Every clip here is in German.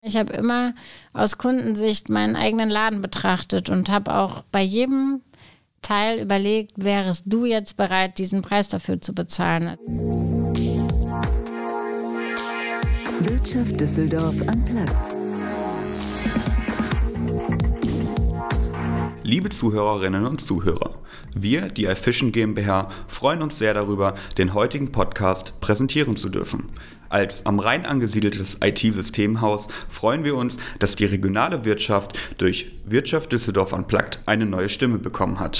Ich habe immer aus Kundensicht meinen eigenen Laden betrachtet und habe auch bei jedem Teil überlegt, wärest du jetzt bereit, diesen Preis dafür zu bezahlen? Wirtschaft Düsseldorf unplugged. Liebe Zuhörerinnen und Zuhörer, wir, die iFishing GmbH, freuen uns sehr darüber, den heutigen Podcast präsentieren zu dürfen. Als am Rhein angesiedeltes IT-Systemhaus freuen wir uns, dass die regionale Wirtschaft durch Wirtschaft Düsseldorf unplugged eine neue Stimme bekommen hat.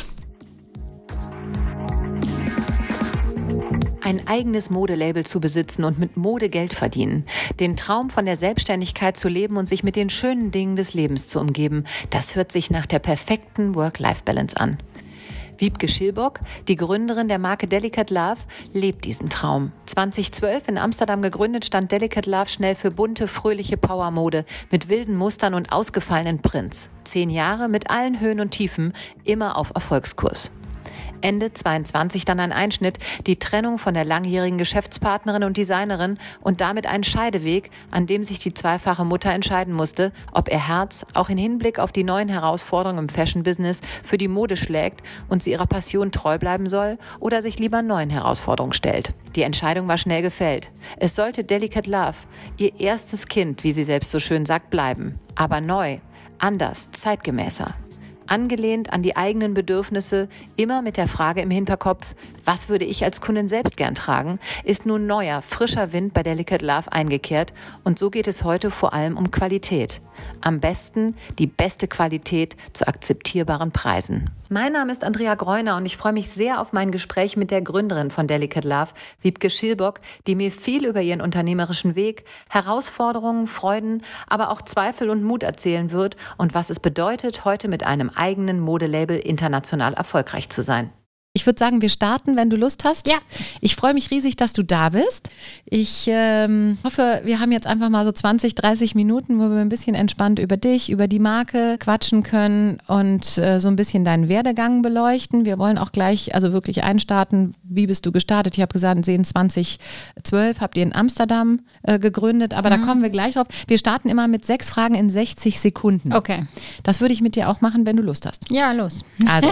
Ein eigenes Modelabel zu besitzen und mit Mode Geld verdienen. Den Traum von der Selbstständigkeit zu leben und sich mit den schönen Dingen des Lebens zu umgeben, das hört sich nach der perfekten Work-Life-Balance an. Wiebke Schilbock, die Gründerin der Marke Delicate Love, lebt diesen Traum. 2012 in Amsterdam gegründet, stand Delicate Love schnell für bunte, fröhliche Powermode mit wilden Mustern und ausgefallenen Prints. 10 Jahre mit allen Höhen und Tiefen, immer auf Erfolgskurs. Ende 22 dann ein Einschnitt, die Trennung von der langjährigen Geschäftspartnerin und Designerin und damit ein Scheideweg, an dem sich die zweifache Mutter entscheiden musste, ob ihr Herz auch in Hinblick auf die neuen Herausforderungen im Fashion-Business für die Mode schlägt und sie ihrer Passion treu bleiben soll oder sich lieber neuen Herausforderungen stellt. Die Entscheidung war schnell gefällt. Es sollte Delicate Love, ihr erstes Kind, wie sie selbst so schön sagt, bleiben. Aber neu, anders, zeitgemäßer. Angelehnt an die eigenen Bedürfnisse, immer mit der Frage im Hinterkopf, was würde ich als Kundin selbst gern tragen, ist nun neuer, frischer Wind bei Delicate Love eingekehrt und so geht es heute vor allem um Qualität. Am besten die beste Qualität zu akzeptierbaren Preisen. Mein Name ist Andrea Greuner und ich freue mich sehr auf mein Gespräch mit der Gründerin von Delicate Love, Wiebke Schilbock, die mir viel über ihren unternehmerischen Weg, Herausforderungen, Freuden, aber auch Zweifel und Mut erzählen wird und was es bedeutet, heute mit einem eigenen Modelabel international erfolgreich zu sein. Ich würde sagen, wir starten, wenn du Lust hast. Ja. Ich freue mich riesig, dass du da bist. Ich hoffe, wir haben jetzt einfach mal so 20, 30 Minuten, wo wir ein bisschen entspannt über dich, über die Marke quatschen können und so ein bisschen deinen Werdegang beleuchten. Wir wollen auch gleich also wirklich einstarten. Wie bist du gestartet? Ich habe gesagt, 2012 habt ihr in Amsterdam gegründet, aber da kommen wir gleich drauf. Wir starten immer mit 6 Fragen in 60 Sekunden. Okay. Das würde ich mit dir auch machen, wenn du Lust hast. Ja, los. Also,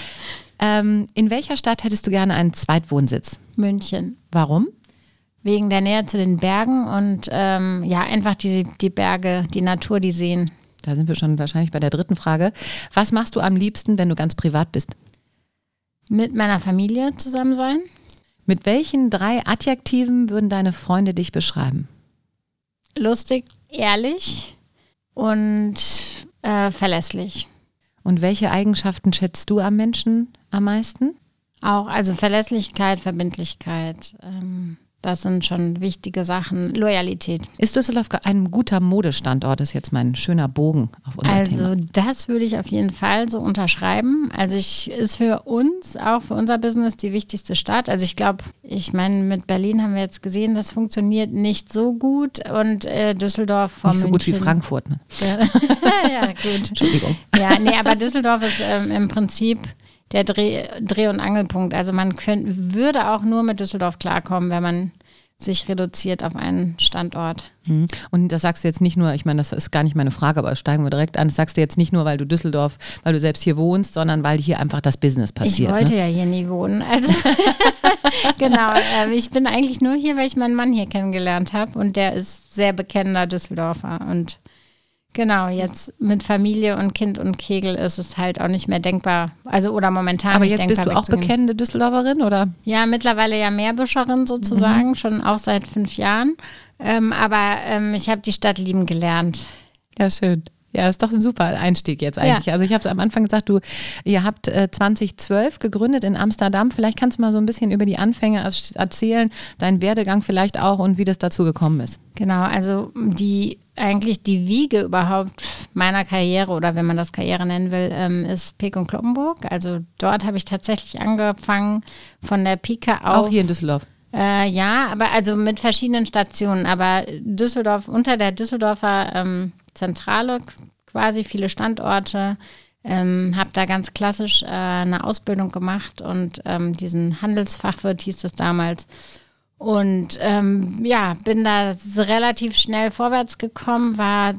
in welcher Stadt hättest du gerne einen Zweitwohnsitz? München. Warum? Wegen der Nähe zu den Bergen und einfach die Berge, die Natur, die Seen. Da sind wir schon wahrscheinlich bei der 3. Frage. Was machst du am liebsten, wenn du ganz privat bist? Mit meiner Familie zusammen sein. Mit welchen 3 Adjektiven würden deine Freunde dich beschreiben? Lustig, ehrlich und verlässlich. Und welche Eigenschaften schätzt du am Menschen am meisten? Auch, also Verlässlichkeit, Verbindlichkeit, das sind schon wichtige Sachen. Loyalität. Ist Düsseldorf ein guter Modestandort? Das ist jetzt mein schöner Bogen auf unser Thema. Also das würde ich auf jeden Fall so unterschreiben. Also ist für uns, auch für unser Business, die wichtigste Stadt. Also ich meine, mit Berlin haben wir jetzt gesehen, das funktioniert nicht so gut und Düsseldorf vor Nicht so München. gut wie Frankfurt, ne? Ja, gut. Entschuldigung. Ja, nee, aber Düsseldorf ist im Prinzip der Dreh- und Angelpunkt. Also man würde auch nur mit Düsseldorf klarkommen, wenn man sich reduziert auf einen Standort. Und das sagst du jetzt nicht nur, ich meine, das ist gar nicht meine Frage, aber steigen wir direkt an, das sagst du jetzt nicht nur, weil du selbst hier wohnst, sondern weil hier einfach das Business passiert. Ich wollte ja hier nie wohnen. Also genau, ich bin eigentlich nur hier, weil ich meinen Mann hier kennengelernt habe und der ist sehr bekennender Düsseldorfer und genau, jetzt mit Familie und Kind und Kegel ist es halt auch nicht mehr denkbar, also oder momentan aber nicht jetzt denkbar. bist du auch bekennende Düsseldorferin, oder? Ja, mittlerweile ja Meerbuscherin sozusagen, schon auch seit 5 Jahren. Aber ich habe die Stadt lieben gelernt. Ja, schön. Ja, ist doch ein super Einstieg jetzt eigentlich. Ja. Also ich habe es am Anfang gesagt, ihr habt 2012 gegründet in Amsterdam. Vielleicht kannst du mal so ein bisschen über die Anfänge erzählen, deinen Werdegang vielleicht auch und wie das dazu gekommen ist. Genau, also die Wiege überhaupt meiner Karriere oder wenn man das Karriere nennen will, ist Peek und Cloppenburg. Also dort habe ich tatsächlich angefangen von der Pike auf. Auch hier in Düsseldorf? Ja, aber also mit verschiedenen Stationen. Aber Düsseldorf, unter der Düsseldorfer Zentrale quasi, viele Standorte. Habe da ganz klassisch eine Ausbildung gemacht und diesen Handelsfachwirt hieß es damals. Und bin da relativ schnell vorwärts gekommen, war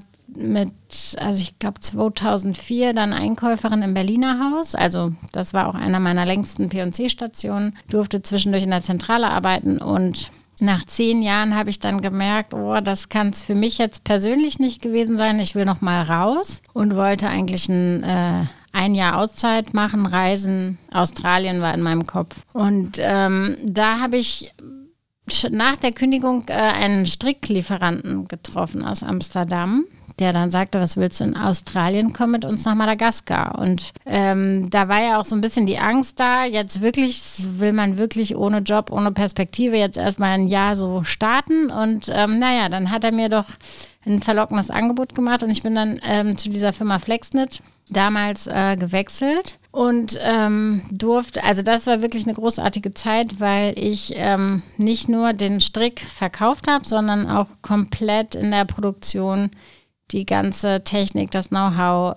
ich glaube 2004 dann Einkäuferin im Berliner Haus. Also das war auch einer meiner längsten P&C-Stationen. Durfte zwischendurch in der Zentrale arbeiten und nach 10 Jahren habe ich dann gemerkt, das kann es für mich jetzt persönlich nicht gewesen sein. Ich will noch mal raus und wollte eigentlich ein Jahr Auszeit machen, reisen. Australien war in meinem Kopf. Und da habe ich nach der Kündigung einen Stricklieferanten getroffen aus Amsterdam, der dann sagte, was willst du in Australien, komm mit uns nach Madagaskar. Und da war ja auch so ein bisschen die Angst da, jetzt will man wirklich ohne Job, ohne Perspektive jetzt erstmal ein Jahr so starten. Und dann hat er mir doch ein verlockendes Angebot gemacht und ich bin dann zu dieser Firma Flexnit damals gewechselt und durfte, also das war wirklich eine großartige Zeit, weil ich nicht nur den Strick verkauft habe, sondern auch komplett in der Produktion die ganze Technik, das Know-how.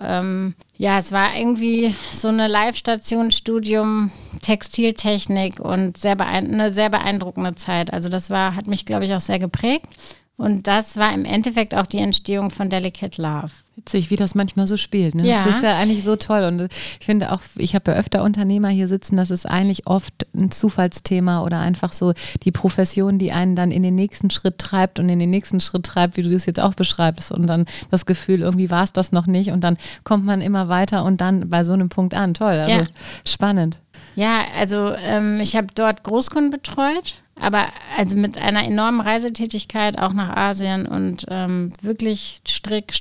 Es war irgendwie so eine Live-Station, Studium, Textiltechnik und eine sehr beeindruckende Zeit. Also das hat mich, glaube ich, auch sehr geprägt. Und das war im Endeffekt auch die Entstehung von Delicate Love. Witzig, wie das manchmal so spielt. Ne? Ja. Das ist ja eigentlich so toll. Und ich finde auch, ich habe ja öfter Unternehmer hier sitzen, das ist eigentlich oft ein Zufallsthema oder einfach so die Profession, die einen dann in den nächsten Schritt treibt und in den nächsten Schritt treibt, wie du es jetzt auch beschreibst. Und dann das Gefühl, irgendwie war es das noch nicht. Und dann kommt man immer weiter und dann bei so einem Punkt an. Toll, also spannend. Ja, also ich habe dort Großkunden betreut, aber also mit einer enormen Reisetätigkeit auch nach Asien und wirklich Strick.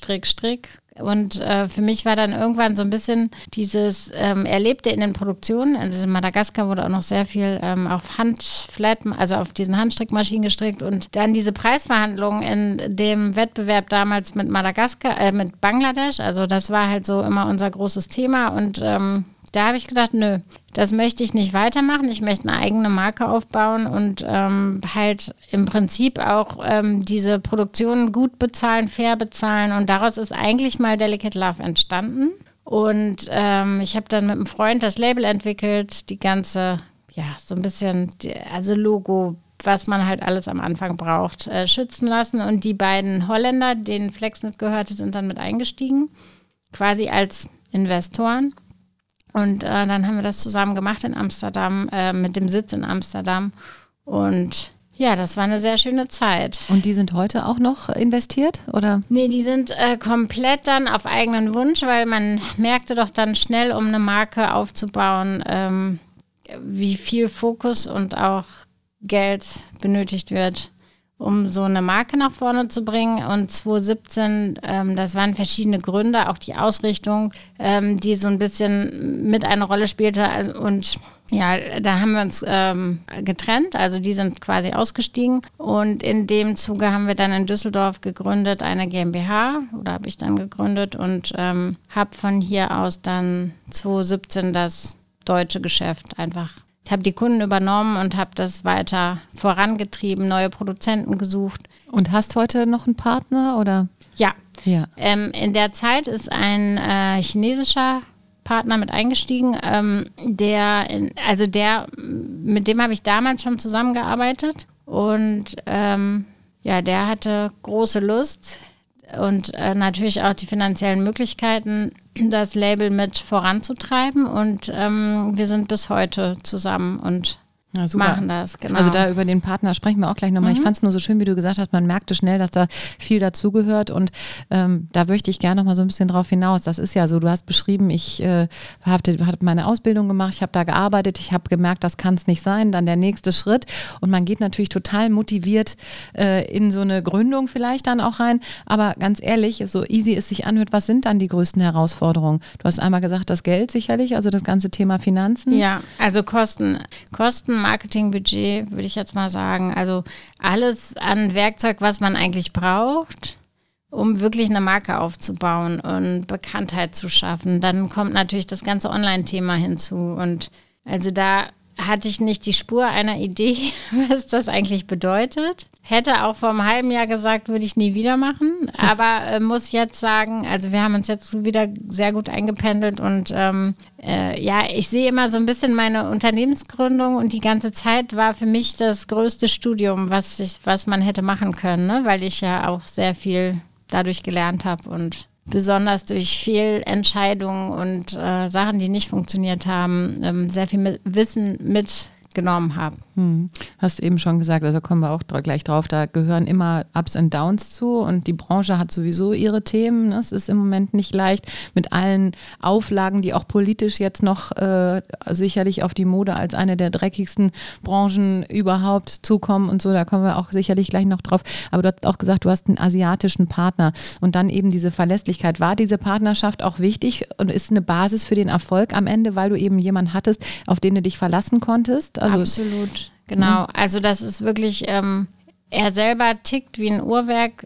Und für mich war dann irgendwann so ein bisschen dieses Erlebte in den Produktionen. Also in Madagaskar wurde auch noch sehr viel auf Handflatten, also auf diesen Handstrickmaschinen gestrickt. Und dann diese Preisverhandlungen in dem Wettbewerb damals mit mit Bangladesch. Also das war halt so immer unser großes Thema. Und da habe ich gedacht, nö, das möchte ich nicht weitermachen. Ich möchte eine eigene Marke aufbauen und halt im Prinzip auch diese Produktion gut bezahlen, fair bezahlen. Und daraus ist eigentlich mal Delicate Love entstanden. Und ich habe dann mit einem Freund das Label entwickelt, die ganze, so ein bisschen, also Logo, was man halt alles am Anfang braucht, schützen lassen. Und die beiden Holländer, denen Flexnit gehörte, sind dann mit eingestiegen, quasi als Investoren. Und dann haben wir das zusammen gemacht in Amsterdam, mit dem Sitz in Amsterdam. Und ja, das war eine sehr schöne Zeit. Und die sind heute auch noch investiert, oder? Nee, die sind komplett dann auf eigenen Wunsch, weil man merkte doch dann schnell, um eine Marke aufzubauen, wie viel Fokus und auch Geld benötigt wird, um so eine Marke nach vorne zu bringen. Und 2017, das waren verschiedene Gründe, auch die Ausrichtung, die so ein bisschen mit eine Rolle spielte. Und ja, da haben wir uns getrennt, also die sind quasi ausgestiegen. Und in dem Zuge haben wir dann in Düsseldorf gegründet, eine GmbH, oder habe ich dann gegründet und habe von hier aus dann 2017 das deutsche Geschäft einfach. Ich habe die Kunden übernommen und habe das weiter vorangetrieben, neue Produzenten gesucht. Und hast heute noch einen Partner, oder? Ja. Ja. In der Zeit ist ein chinesischer Partner mit eingestiegen, mit dem habe ich damals schon zusammengearbeitet und der hatte große Lust und natürlich auch die finanziellen Möglichkeiten, das Label mit voranzutreiben und wir sind bis heute zusammen und machen das, genau. Also da über den Partner sprechen wir auch gleich nochmal. Ich fand es nur so schön, wie du gesagt hast, man merkte schnell, dass da viel dazugehört und da möchte ich gerne nochmal so ein bisschen drauf hinaus. Das ist ja so, du hast beschrieben, ich habe meine Ausbildung gemacht, ich habe da gearbeitet, ich habe gemerkt, das kann es nicht sein, dann der nächste Schritt und man geht natürlich total motiviert in so eine Gründung vielleicht dann auch rein, aber ganz ehrlich, so easy es sich anhört, was sind dann die größten Herausforderungen? Du hast einmal gesagt, das Geld sicherlich, also das ganze Thema Finanzen. Ja, also Kosten, Marketingbudget, würde ich jetzt mal sagen. Also alles an Werkzeug, was man eigentlich braucht, um wirklich eine Marke aufzubauen und Bekanntheit zu schaffen. Dann kommt natürlich das ganze Online-Thema hinzu. Und also da hatte ich nicht die Spur einer Idee, was das eigentlich bedeutet. Hätte auch vor einem halben Jahr gesagt, würde ich nie wieder machen. Aber muss jetzt sagen, also wir haben uns jetzt wieder sehr gut eingependelt und ich sehe immer so ein bisschen meine Unternehmensgründung und die ganze Zeit war für mich das größte Studium, was man hätte machen können, ne? Weil ich ja auch sehr viel dadurch gelernt habe und besonders durch Fehlentscheidungen und Sachen, die nicht funktioniert haben, sehr viel Wissen mitgenommen habe. Hast eben schon gesagt, also kommen wir auch gleich drauf, da gehören immer Ups und Downs zu und die Branche hat sowieso ihre Themen. Ne? Es ist im Moment nicht leicht mit allen Auflagen, die auch politisch jetzt noch sicherlich auf die Mode als eine der dreckigsten Branchen überhaupt zukommen und so, da kommen wir auch sicherlich gleich noch drauf. Aber du hast auch gesagt, du hast einen asiatischen Partner und dann eben diese Verlässlichkeit. War diese Partnerschaft auch wichtig und ist eine Basis für den Erfolg am Ende, weil du eben jemanden hattest, auf den du dich verlassen konntest? Also, absolut. Genau, also das ist wirklich, er selber tickt wie ein Uhrwerk.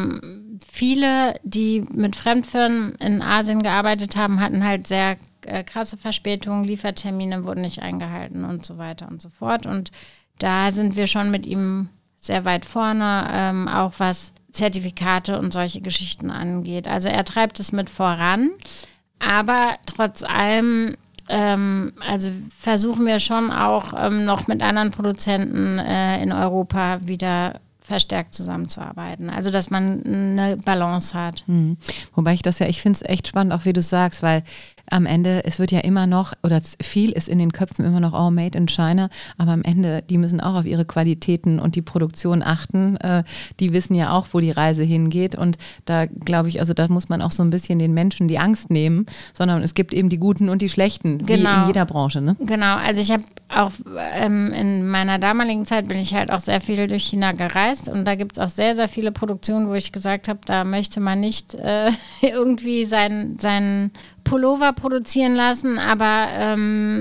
Viele, die mit Fremdfirmen in Asien gearbeitet haben, hatten halt sehr krasse Verspätungen, Liefertermine wurden nicht eingehalten und so weiter und so fort. Und da sind wir schon mit ihm sehr weit vorne, auch was Zertifikate und solche Geschichten angeht. Also er treibt es mit voran, aber trotz allem also versuchen wir schon auch noch mit anderen Produzenten in Europa wieder verstärkt zusammenzuarbeiten. Also dass man eine Balance hat. Wobei ich finde es echt spannend, auch wie du sagst, weil am Ende, es wird ja immer noch, oder viel ist in den Köpfen immer noch, oh, made in China, aber am Ende, die müssen auch auf ihre Qualitäten und die Produktion achten. Die wissen ja auch, wo die Reise hingeht und da glaube ich, also da muss man auch so ein bisschen den Menschen die Angst nehmen, sondern es gibt eben die Guten und die Schlechten, wie in jeder Branche. Ne? Genau, also ich habe auch in meiner damaligen Zeit bin ich halt auch sehr viel durch China gereist und da gibt es auch sehr, sehr viele Produktionen, wo ich gesagt habe, da möchte man nicht irgendwie seinen Pullover produzieren lassen, aber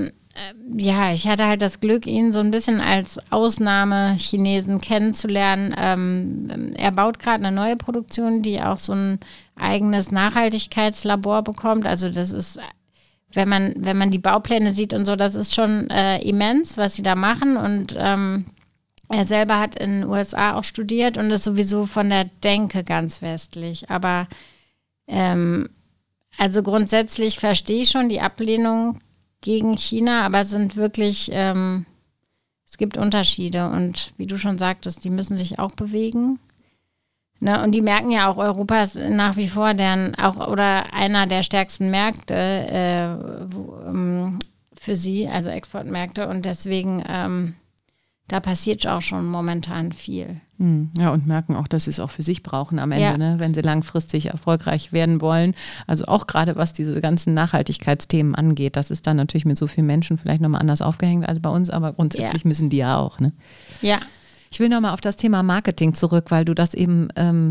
ich hatte halt das Glück, ihn so ein bisschen als Ausnahme-Chinesen kennenzulernen. Er baut gerade eine neue Produktion, die auch so ein eigenes Nachhaltigkeitslabor bekommt. Also das ist, wenn man die Baupläne sieht und so, das ist schon immens, was sie da machen und er selber hat in den USA auch studiert und ist sowieso von der Denke ganz westlich, aber also grundsätzlich verstehe ich schon die Ablehnung gegen China, aber es sind wirklich, es gibt Unterschiede und wie du schon sagtest, die müssen sich auch bewegen. Ne? Und die merken ja auch, Europa ist nach wie vor einer der stärksten Märkte für sie, also Exportmärkte und deswegen da passiert auch schon momentan viel. Ja, und merken auch, dass sie es auch für sich brauchen am Ende, ne? Wenn sie langfristig erfolgreich werden wollen. Also auch gerade was diese ganzen Nachhaltigkeitsthemen angeht, das ist dann natürlich mit so vielen Menschen vielleicht nochmal anders aufgehängt als bei uns, aber grundsätzlich müssen die ja auch. Ne? Ja. Ich will nochmal auf das Thema Marketing zurück, weil du das eben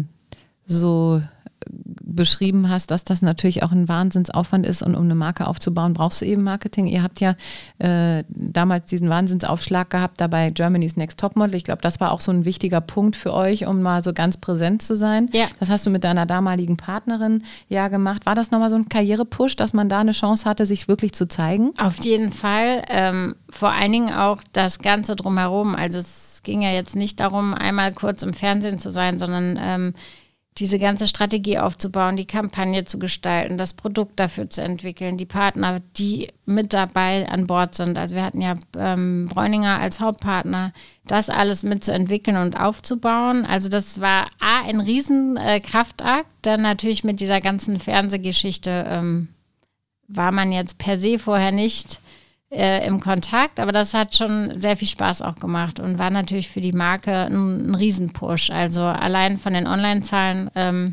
so beschrieben hast, dass das natürlich auch ein Wahnsinnsaufwand ist und um eine Marke aufzubauen, brauchst du eben Marketing. Ihr habt ja damals diesen Wahnsinnsaufschlag gehabt, da bei Germany's Next Topmodel. Ich glaube, das war auch so ein wichtiger Punkt für euch, um mal so ganz präsent zu sein. Ja. Das hast du mit deiner damaligen Partnerin ja gemacht. War das nochmal so ein Karrierepush, dass man da eine Chance hatte, sich wirklich zu zeigen? Auf jeden Fall. Vor allen Dingen auch das Ganze drumherum. Also es ging ja jetzt nicht darum, einmal kurz im Fernsehen zu sein, sondern diese ganze Strategie aufzubauen, die Kampagne zu gestalten, das Produkt dafür zu entwickeln, die Partner, die mit dabei an Bord sind. Also wir hatten ja Breuninger als Hauptpartner, das alles mitzuentwickeln und aufzubauen. Also das war ein riesen Kraftakt. Dann natürlich mit dieser ganzen Fernsehgeschichte war man jetzt per se vorher nicht im Kontakt, aber das hat schon sehr viel Spaß auch gemacht und war natürlich für die Marke ein Riesenpush. Also allein von den Online-Zahlen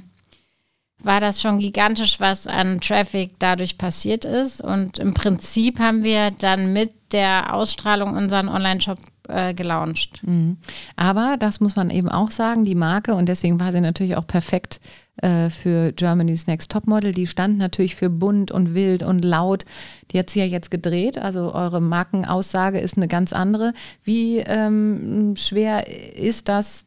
war das schon gigantisch, was an Traffic dadurch passiert ist und im Prinzip haben wir dann mit der Ausstrahlung unseren Online-Shop gelauncht. Aber das muss man eben auch sagen, die Marke und deswegen war sie natürlich auch perfekt für Germany's Next Topmodel. Die stand natürlich für bunt und wild und laut. Die hat sie ja jetzt gedreht, also eure Markenaussage ist eine ganz andere. Wie schwer ist das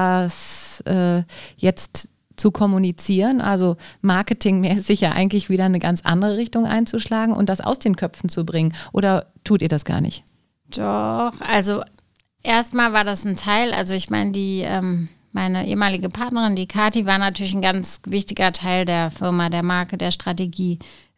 jetzt zu kommunizieren, also marketingmäßig ja eigentlich wieder eine ganz andere Richtung einzuschlagen und das aus den Köpfen zu bringen? Oder tut ihr das gar nicht? Doch, also erstmal war das ein Teil, also ich meine, meine ehemalige Partnerin, die Kathi, war natürlich ein ganz wichtiger Teil der Firma, der Marke, der Strategie.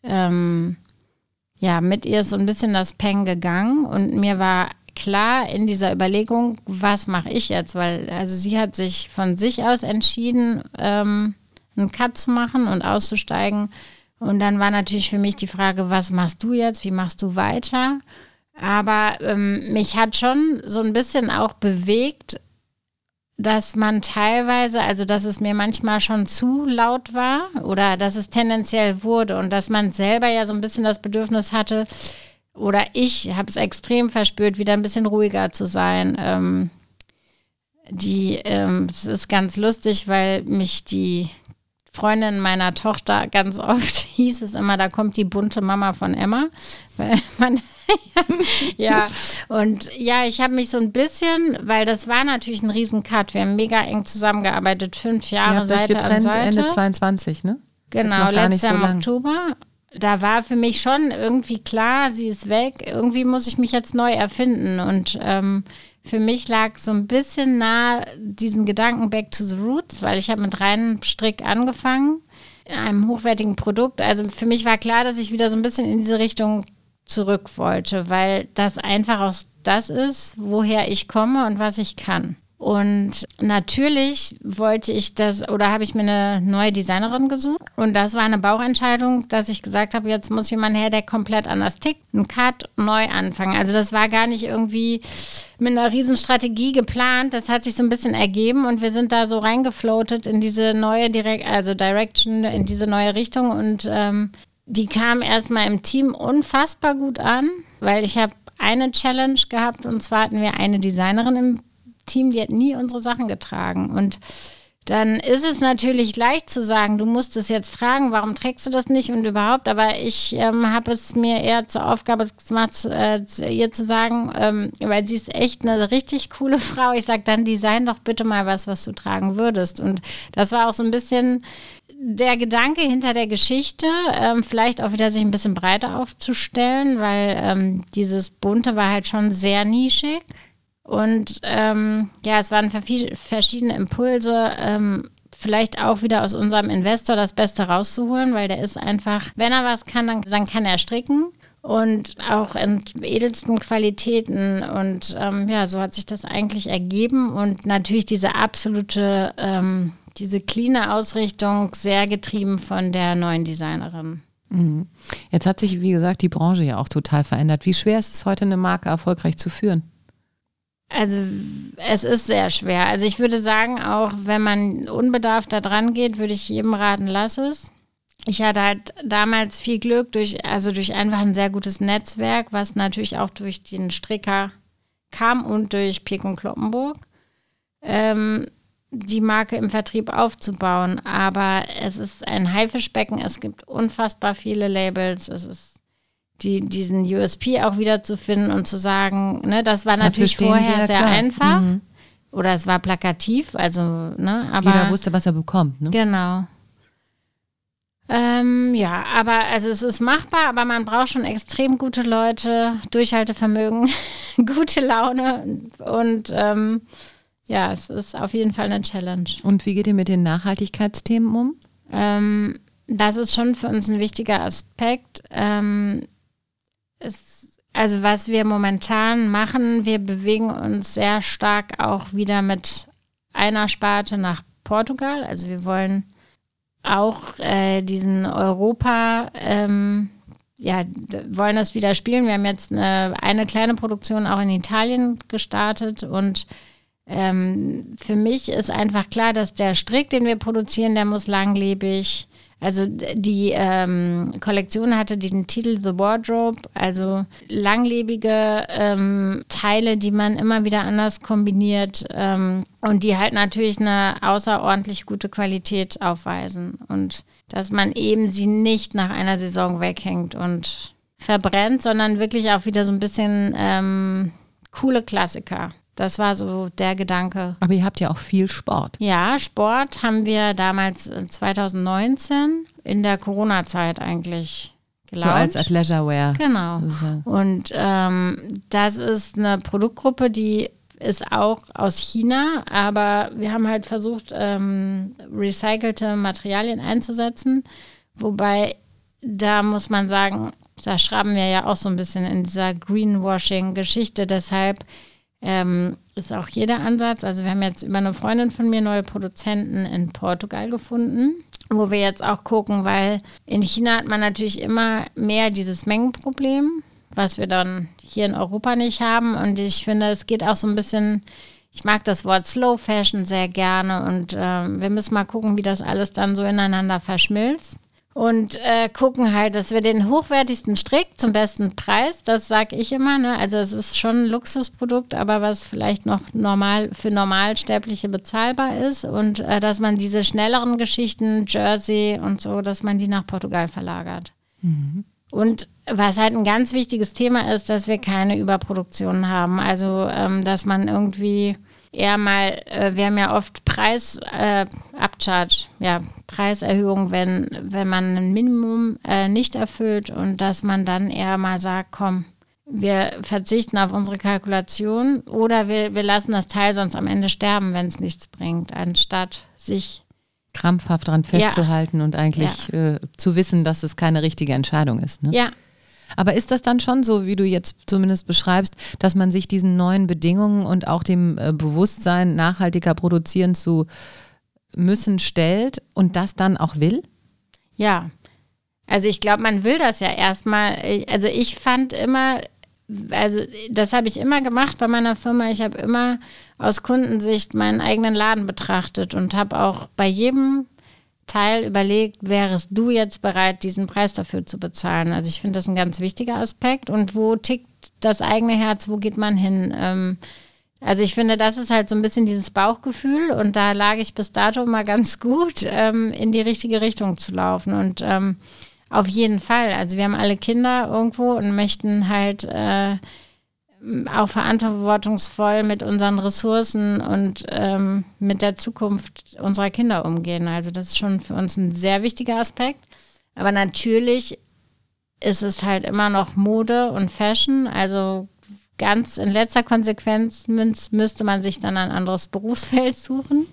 Mit ihr ist so ein bisschen das Peng gegangen und mir war klar in dieser Überlegung, was mache ich jetzt, weil also sie hat sich von sich aus entschieden, einen Cut zu machen und auszusteigen und dann war natürlich für mich die Frage, was machst du jetzt, wie machst du weiter? Aber mich hat schon so ein bisschen auch bewegt, dass man teilweise, also dass es mir manchmal schon zu laut war oder dass es tendenziell wurde und dass man selber ja so ein bisschen das Bedürfnis hatte, oder ich habe es extrem verspürt, wieder ein bisschen ruhiger zu sein. Es ist ganz lustig, weil mich die Freundin meiner Tochter ganz oft hieß es immer, da kommt die bunte Mama von Emma. Weil man, ich habe mich so ein bisschen, weil das war natürlich ein Riesen-Cut. Wir haben mega eng zusammengearbeitet, 5 Jahre Seite an Seite. Ende 22, ne? Genau, letztes Jahr im Oktober. Da war für mich schon irgendwie klar, sie ist weg. Irgendwie muss ich mich jetzt neu erfinden. Und für mich lag so ein bisschen nah diesen Gedanken back to the roots, weil ich habe mit reinem Strick angefangen, einem hochwertigen Produkt. Also für mich war klar, dass ich wieder so ein bisschen in diese Richtung zurück wollte, weil das einfach auch das ist, woher ich komme und was ich kann. Und natürlich wollte ich habe ich mir eine neue Designerin gesucht. Und das war eine Bauchentscheidung, dass ich gesagt habe, jetzt muss jemand her, der komplett anders tickt, einen Cut neu anfangen. Also das war gar nicht irgendwie mit einer riesen Strategie geplant. Das hat sich so ein bisschen ergeben und wir sind da so reingefloatet in diese neue Direction, in diese neue Richtung. Und die kam erstmal im Team unfassbar gut an, weil ich habe eine Challenge gehabt und zwar hatten wir eine Designerin im Team, die hat nie unsere Sachen getragen und dann ist es natürlich leicht zu sagen, du musst es jetzt tragen, warum trägst du das nicht und überhaupt, aber ich habe es mir eher zur Aufgabe gemacht, ihr zu sagen, weil sie ist echt eine richtig coole Frau, ich sage dann, design doch bitte mal was du tragen würdest und das war auch so ein bisschen der Gedanke hinter der Geschichte, vielleicht auch wieder sich ein bisschen breiter aufzustellen, weil dieses Bunte war halt schon sehr nischig. Und es waren verschiedene Impulse, vielleicht auch wieder aus unserem Investor das Beste rauszuholen, weil der ist einfach, wenn er was kann, dann kann er stricken und auch in edelsten Qualitäten und so hat sich das eigentlich ergeben und natürlich diese absolute, diese cleane Ausrichtung sehr getrieben von der neuen Designerin. Mhm. Jetzt hat sich, wie gesagt, die Branche ja auch total verändert. Wie schwer ist es heute, eine Marke erfolgreich zu führen? Also es ist sehr schwer. Also ich würde sagen, auch wenn man unbedarft da dran geht, würde ich jedem raten, lass es. Ich hatte halt damals viel Glück durch einfach ein sehr gutes Netzwerk, was natürlich auch durch den Stricker kam und durch Pieck und Kloppenburg, die Marke im Vertrieb aufzubauen. Aber es ist ein Haifischbecken, es gibt unfassbar viele Labels, es ist diesen USP auch wiederzufinden und zu sagen, ne, das war natürlich vorher sehr einfach oder es war plakativ, also, ne, aber jeder wusste, was er bekommt, ne? Genau. Aber also es ist machbar, aber man braucht schon extrem gute Leute, Durchhaltevermögen, gute Laune und es ist auf jeden Fall eine Challenge. Und wie geht ihr mit den Nachhaltigkeitsthemen um? Das ist schon für uns ein wichtiger Aspekt. Also was wir momentan machen, wir bewegen uns sehr stark auch wieder mit einer Sparte nach Portugal. Also wir wollen auch diesen Europa, wollen das wieder spielen. Wir haben jetzt eine kleine Produktion auch in Italien gestartet und für mich ist einfach klar, dass der Strick, den wir produzieren, der muss langlebig. Also die Kollektion hatte den Titel The Wardrobe, also langlebige Teile, die man immer wieder anders kombiniert und die halt natürlich eine außerordentlich gute Qualität aufweisen und dass man eben sie nicht nach einer Saison weghängt und verbrennt, sondern wirklich auch wieder so ein bisschen coole Klassiker. Das war so der Gedanke. Aber ihr habt ja auch viel Sport. Ja, Sport haben wir damals 2019 in der Corona-Zeit eigentlich gelauncht. So als Athleisure-Wear. Genau. Sozusagen. Und das ist eine Produktgruppe, die ist auch aus China, aber wir haben halt versucht, recycelte Materialien einzusetzen, wobei da muss man sagen, da schraben wir ja auch so ein bisschen in dieser Greenwashing-Geschichte, deshalb ist auch hier der Ansatz. Also wir haben jetzt über eine Freundin von mir neue Produzenten in Portugal gefunden, wo wir jetzt auch gucken, weil in China hat man natürlich immer mehr dieses Mengenproblem, was wir dann hier in Europa nicht haben. Und ich finde, es geht auch so ein bisschen, ich mag das Wort Slow Fashion sehr gerne und wir müssen mal gucken, wie das alles dann so ineinander verschmilzt. Und gucken halt, dass wir den hochwertigsten Strick zum besten Preis, das sage ich immer, ne? Also es ist schon ein Luxusprodukt, aber was vielleicht noch für Normalsterbliche bezahlbar ist und dass man diese schnelleren Geschichten, Jersey und so, dass man die nach Portugal verlagert. Mhm. Und was halt ein ganz wichtiges Thema ist, dass wir keine Überproduktion haben, also dass man irgendwie eher mal, wir haben ja oft Preiserhöhung, wenn man ein Minimum nicht erfüllt und dass man dann eher mal sagt, komm, wir verzichten auf unsere Kalkulation oder wir lassen das Teil sonst am Ende sterben, wenn es nichts bringt, anstatt sich krampfhaft daran festzuhalten und eigentlich zu wissen, dass es keine richtige Entscheidung ist. Ne? Ja. Aber ist das dann schon so, wie du jetzt zumindest beschreibst, dass man sich diesen neuen Bedingungen und auch dem Bewusstsein, nachhaltiger produzieren zu müssen, stellt und das dann auch will? Ja, also ich glaube, man will das ja erstmal. Also ich fand immer, also das habe ich immer gemacht bei meiner Firma. Ich habe immer aus Kundensicht meinen eigenen Laden betrachtet und habe auch bei jedem Teil überlegt, wärest du jetzt bereit, diesen Preis dafür zu bezahlen? Also ich finde das ein ganz wichtiger Aspekt. Und wo tickt das eigene Herz, wo geht man hin? Also ich finde, das ist halt so ein bisschen dieses Bauchgefühl und da lag ich bis dato mal ganz gut, in die richtige Richtung zu laufen. Und auf jeden Fall, also wir haben alle Kinder irgendwo und möchten halt auch verantwortungsvoll mit unseren Ressourcen und mit der Zukunft unserer Kinder umgehen. Also das ist schon für uns ein sehr wichtiger Aspekt. Aber natürlich ist es halt immer noch Mode und Fashion. Also ganz in letzter Konsequenz müsste man sich dann ein anderes Berufsfeld suchen.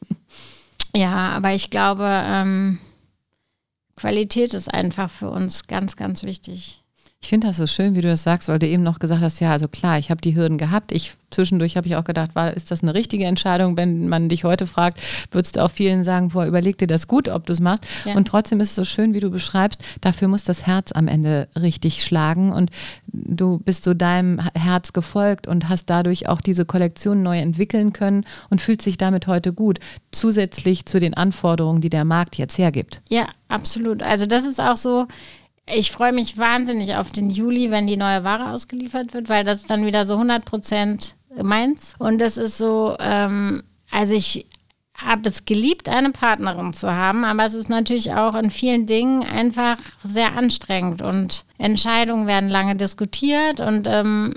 Ja, aber ich glaube, Qualität ist einfach für uns ganz, ganz wichtig. Ich finde das so schön, wie du das sagst, weil du eben noch gesagt hast, ja, also klar, ich habe die Hürden gehabt. Zwischendurch habe ich auch gedacht, ist das eine richtige Entscheidung? Wenn man dich heute fragt, würdest du auch vielen sagen, überleg dir das gut, ob du es machst. Ja. Und trotzdem ist es so schön, wie du beschreibst, dafür muss das Herz am Ende richtig schlagen und du bist so deinem Herz gefolgt und hast dadurch auch diese Kollektion neu entwickeln können und fühlst dich damit heute gut, zusätzlich zu den Anforderungen, die der Markt jetzt hergibt. Ja, absolut. Also das ist auch so, ich freue mich wahnsinnig auf den Juli, wenn die neue Ware ausgeliefert wird, weil das ist dann wieder so 100% meins. Und das ist so, also ich habe es geliebt, eine Partnerin zu haben, aber es ist natürlich auch in vielen Dingen einfach sehr anstrengend und Entscheidungen werden lange diskutiert und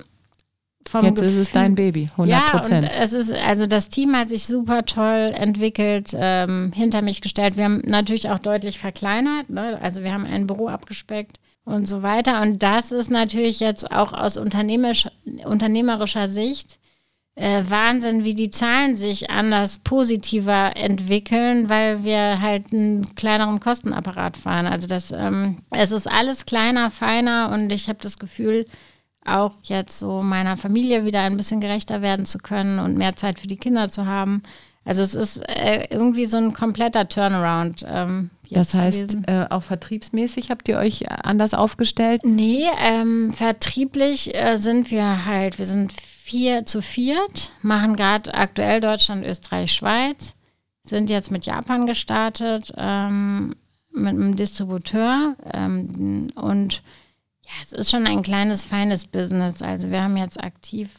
jetzt ist es dein Baby, 100%. Ja, und es ist, also das Team hat sich super toll entwickelt, hinter mich gestellt. Wir haben natürlich auch deutlich verkleinert, ne? Also wir haben ein Büro abgespeckt und so weiter. Und das ist natürlich jetzt auch aus unternehmerischer Sicht Wahnsinn, wie die Zahlen sich anders positiver entwickeln, weil wir halt einen kleineren Kostenapparat fahren. Also es ist alles kleiner, feiner und ich habe das Gefühl, auch jetzt so meiner Familie wieder ein bisschen gerechter werden zu können und mehr Zeit für die Kinder zu haben. Also es ist irgendwie so ein kompletter Turnaround. Das heißt, auch vertriebsmäßig habt ihr euch anders aufgestellt? Nee, vertrieblich sind wir sind 4 zu 4, machen gerade aktuell Deutschland, Österreich, Schweiz, sind jetzt mit Japan gestartet, mit einem Distributeur und ja, es ist schon ein kleines, feines Business. Also wir haben jetzt aktiv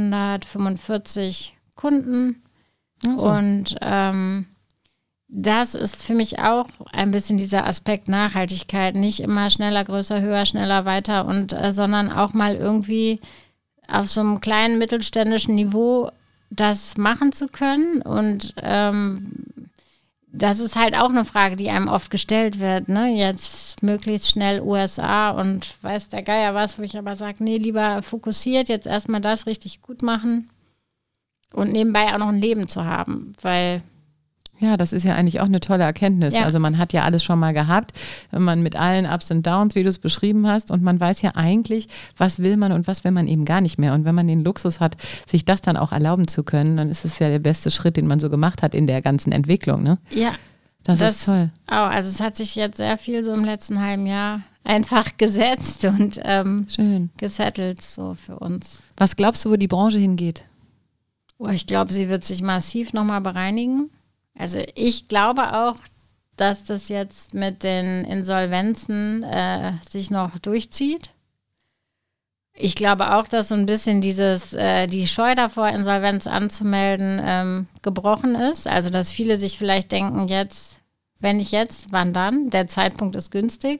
145 Kunden und das ist für mich auch ein bisschen dieser Aspekt Nachhaltigkeit. Nicht immer schneller, größer, höher, schneller, weiter sondern auch mal irgendwie auf so einem kleinen mittelständischen Niveau das machen zu können und das ist halt auch eine Frage, die einem oft gestellt wird, ne? Jetzt möglichst schnell USA und weiß der Geier was, wo ich aber sage, nee, lieber fokussiert, jetzt erstmal das richtig gut machen und nebenbei auch noch ein Leben zu haben, weil ja, das ist ja eigentlich auch eine tolle Erkenntnis. Ja. Also man hat ja alles schon mal gehabt, man mit allen Ups und Downs, wie du es beschrieben hast, und man weiß ja eigentlich, was will man und was will man eben gar nicht mehr. Und wenn man den Luxus hat, sich das dann auch erlauben zu können, dann ist es ja der beste Schritt, den man so gemacht hat in der ganzen Entwicklung, ne? ja. Das ist toll. Auch, also es hat sich jetzt sehr viel so im letzten halben Jahr einfach gesetzt und Schön. gesettelt so für uns. Was glaubst du, wo die Branche hingeht? Oh, ich glaube, sie wird sich massiv nochmal bereinigen. Also ich glaube auch, dass das jetzt mit den Insolvenzen sich noch durchzieht. Ich glaube auch, dass so ein bisschen die Scheu davor, Insolvenz anzumelden, gebrochen ist. Also dass viele sich vielleicht denken, jetzt, wenn nicht jetzt, wann dann? Der Zeitpunkt ist günstig.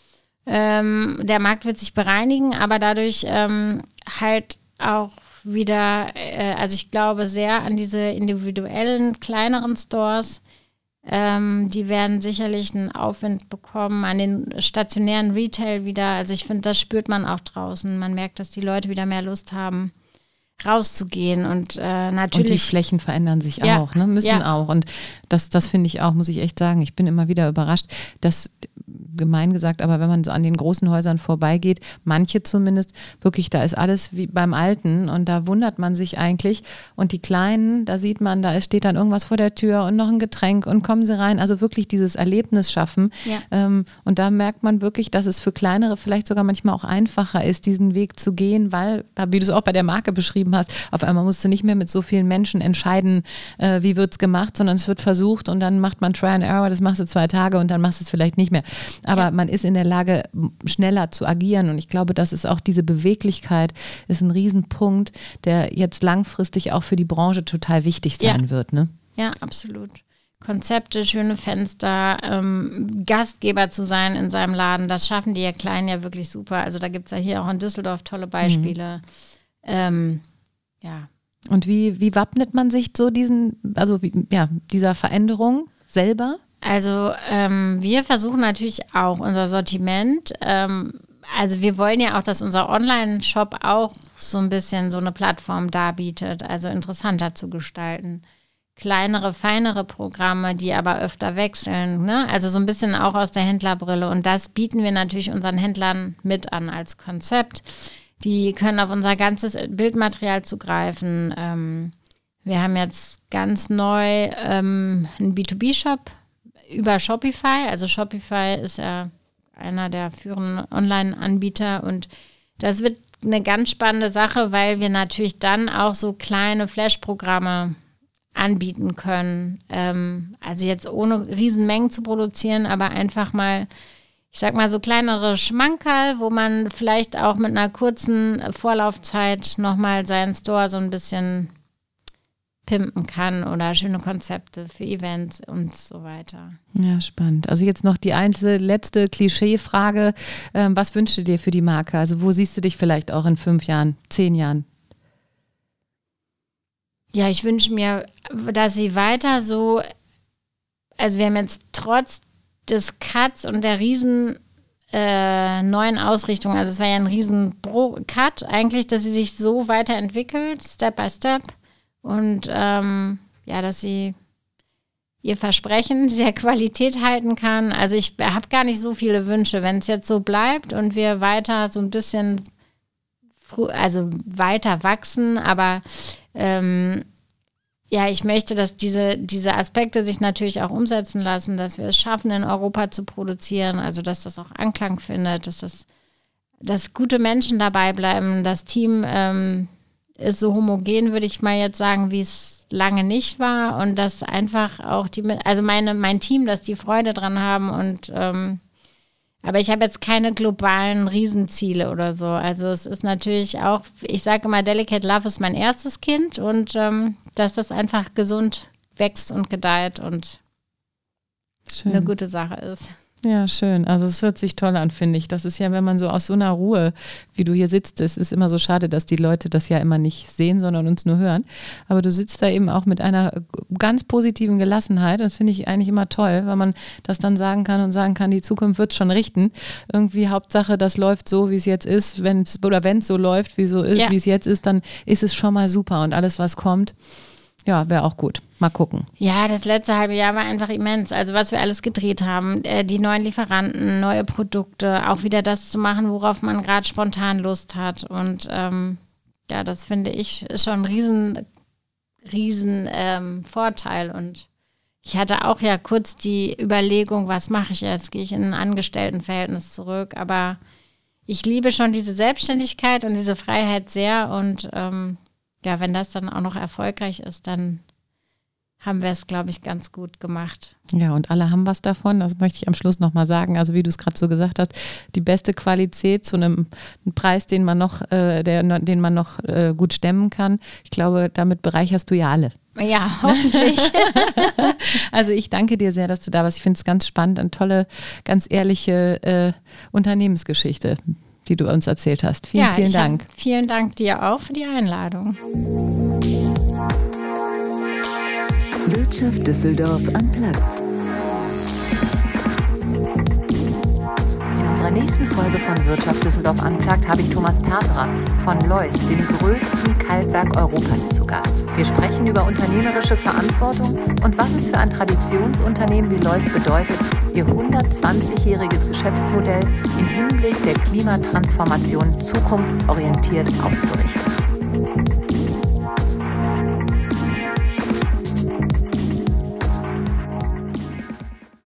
Der Markt wird sich bereinigen, aber dadurch halt auch wieder, also ich glaube sehr an diese individuellen, kleineren Stores, die werden sicherlich einen Aufwind bekommen, an den stationären Retail wieder. Also ich finde, das spürt man auch draußen. Man merkt, dass die Leute wieder mehr Lust haben, rauszugehen und natürlich. Und die Flächen verändern sich Ja, auch, ne? Müssen ja. auch. Und das finde ich auch, muss ich echt sagen. Ich bin immer wieder überrascht, dass, gemein gesagt, aber wenn man so an den großen Häusern vorbeigeht, manche zumindest, wirklich, da ist alles wie beim Alten und da wundert man sich eigentlich. Und die Kleinen, da sieht man, da steht dann irgendwas vor der Tür und noch ein Getränk und kommen sie rein. Also wirklich dieses Erlebnis schaffen. Ja. Und da merkt man wirklich, dass es für Kleinere vielleicht sogar manchmal auch einfacher ist, diesen Weg zu gehen, weil, wie du es auch bei der Marke beschrieben hast, auf einmal musst du nicht mehr mit so vielen Menschen entscheiden, wie wird es gemacht, sondern es wird versucht und dann macht man Try and Error, das machst du 2 Tage und dann machst du es vielleicht nicht mehr. Aber man ist in der Lage, schneller zu agieren und ich glaube, das ist auch diese Beweglichkeit, ist ein Riesenpunkt, der jetzt langfristig auch für die Branche total wichtig sein wird. Ne? Ja, absolut. Konzepte, schöne Fenster, Gastgeber zu sein in seinem Laden, das schaffen die Kleinen ja wirklich super. Also da gibt es ja hier auch in Düsseldorf tolle Beispiele. Ja. Und wie wappnet man sich so dieser Veränderung selber? Also wir versuchen natürlich auch unser Sortiment, also wir wollen ja auch, dass unser Online-Shop auch so ein bisschen so eine Plattform darbietet, also interessanter zu gestalten. Kleinere, feinere Programme, die aber öfter wechseln, ne? Also so ein bisschen auch aus der Händlerbrille und das bieten wir natürlich unseren Händlern mit an als Konzept. Die können auf unser ganzes Bildmaterial zugreifen. Wir haben jetzt ganz neu einen B2B-Shop über Shopify. Also Shopify ist ja einer der führenden Online-Anbieter und das wird eine ganz spannende Sache, weil wir natürlich dann auch so kleine Flash-Programme anbieten können. Also jetzt ohne Riesenmengen zu produzieren, aber einfach mal, ich sag mal, so kleinere Schmankerl, wo man vielleicht auch mit einer kurzen Vorlaufzeit nochmal seinen Store so ein bisschen pimpen kann oder schöne Konzepte für Events und so weiter. Ja, spannend. Also jetzt noch die letzte Klischeefrage. Was wünschst du dir für die Marke? Also wo siehst du dich vielleicht auch in 5 Jahren, 10 Jahren? Ja, ich wünsche mir, dass sie weiter so, also wir haben jetzt trotz des Cuts und der riesen neuen Ausrichtung, also es war ja ein riesen Cut eigentlich, dass sie sich so weiterentwickelt, Step by Step und dass sie ihr Versprechen der Qualität halten kann. Also ich habe gar nicht so viele Wünsche, wenn es jetzt so bleibt und wir weiter so ein bisschen weiter wachsen, aber ich möchte, dass diese Aspekte sich natürlich auch umsetzen lassen, dass wir es schaffen, in Europa zu produzieren, also dass das auch Anklang findet, dass gute Menschen dabei bleiben. Das Team ist so homogen, würde ich mal jetzt sagen, wie es lange nicht war und dass einfach auch mein Team, dass die Freude dran haben und aber ich habe jetzt keine globalen Riesenziele oder so. Also es ist natürlich auch, ich sage immer, Delicate Love ist mein erstes Kind und dass das einfach gesund wächst und gedeiht und Schön. eine gute Sache ist. Ja, schön. Also es hört sich toll an, finde ich. Das ist ja, wenn man so aus so einer Ruhe, wie du hier sitzt, es ist immer so schade, dass die Leute das ja immer nicht sehen, sondern uns nur hören. Aber du sitzt da eben auch mit einer ganz positiven Gelassenheit. Das finde ich eigentlich immer toll, weil man das dann sagen kann, die Zukunft wird schon richten. Irgendwie Hauptsache, das läuft so, wie es jetzt ist. Wenn es so läuft, wie es jetzt ist, dann ist es schon mal super. Und alles, was kommt, ja, wäre auch gut. Mal gucken. Ja, das letzte halbe Jahr war einfach immens. Also was wir alles gedreht haben, die neuen Lieferanten, neue Produkte, auch wieder das zu machen, worauf man gerade spontan Lust hat. Und das finde ich ist schon ein riesen Vorteil. Und ich hatte auch ja kurz die Überlegung, was mache ich jetzt? Gehe ich in ein Angestelltenverhältnis zurück? Aber ich liebe schon diese Selbstständigkeit und diese Freiheit sehr. Und wenn das dann auch noch erfolgreich ist, dann haben wir es, glaube ich, ganz gut gemacht. Ja, und alle haben was davon, das möchte ich am Schluss nochmal sagen. Also wie du es gerade so gesagt hast, die beste Qualität zu einem Preis, den man noch gut stemmen kann. Ich glaube, damit bereicherst du ja alle. Ja, hoffentlich. Also ich danke dir sehr, dass du da warst. Ich finde es ganz spannend, eine tolle, ganz ehrliche Unternehmensgeschichte, die du uns erzählt hast. Vielen Dank. Vielen Dank dir auch für die Einladung. Wirtschaft Düsseldorf unplugged. In unserer nächsten Folge von Wirtschaft Düsseldorf unplugged habe ich Thomas Perterer von Lois, dem größten Kalkwerk Europas, zu Gast. Wir sprechen über unternehmerische Verantwortung und was es für ein Traditionsunternehmen wie Lois bedeutet, ihr 120-jähriges Geschäftsmodell im Hinblick der Klimatransformation zukunftsorientiert auszurichten.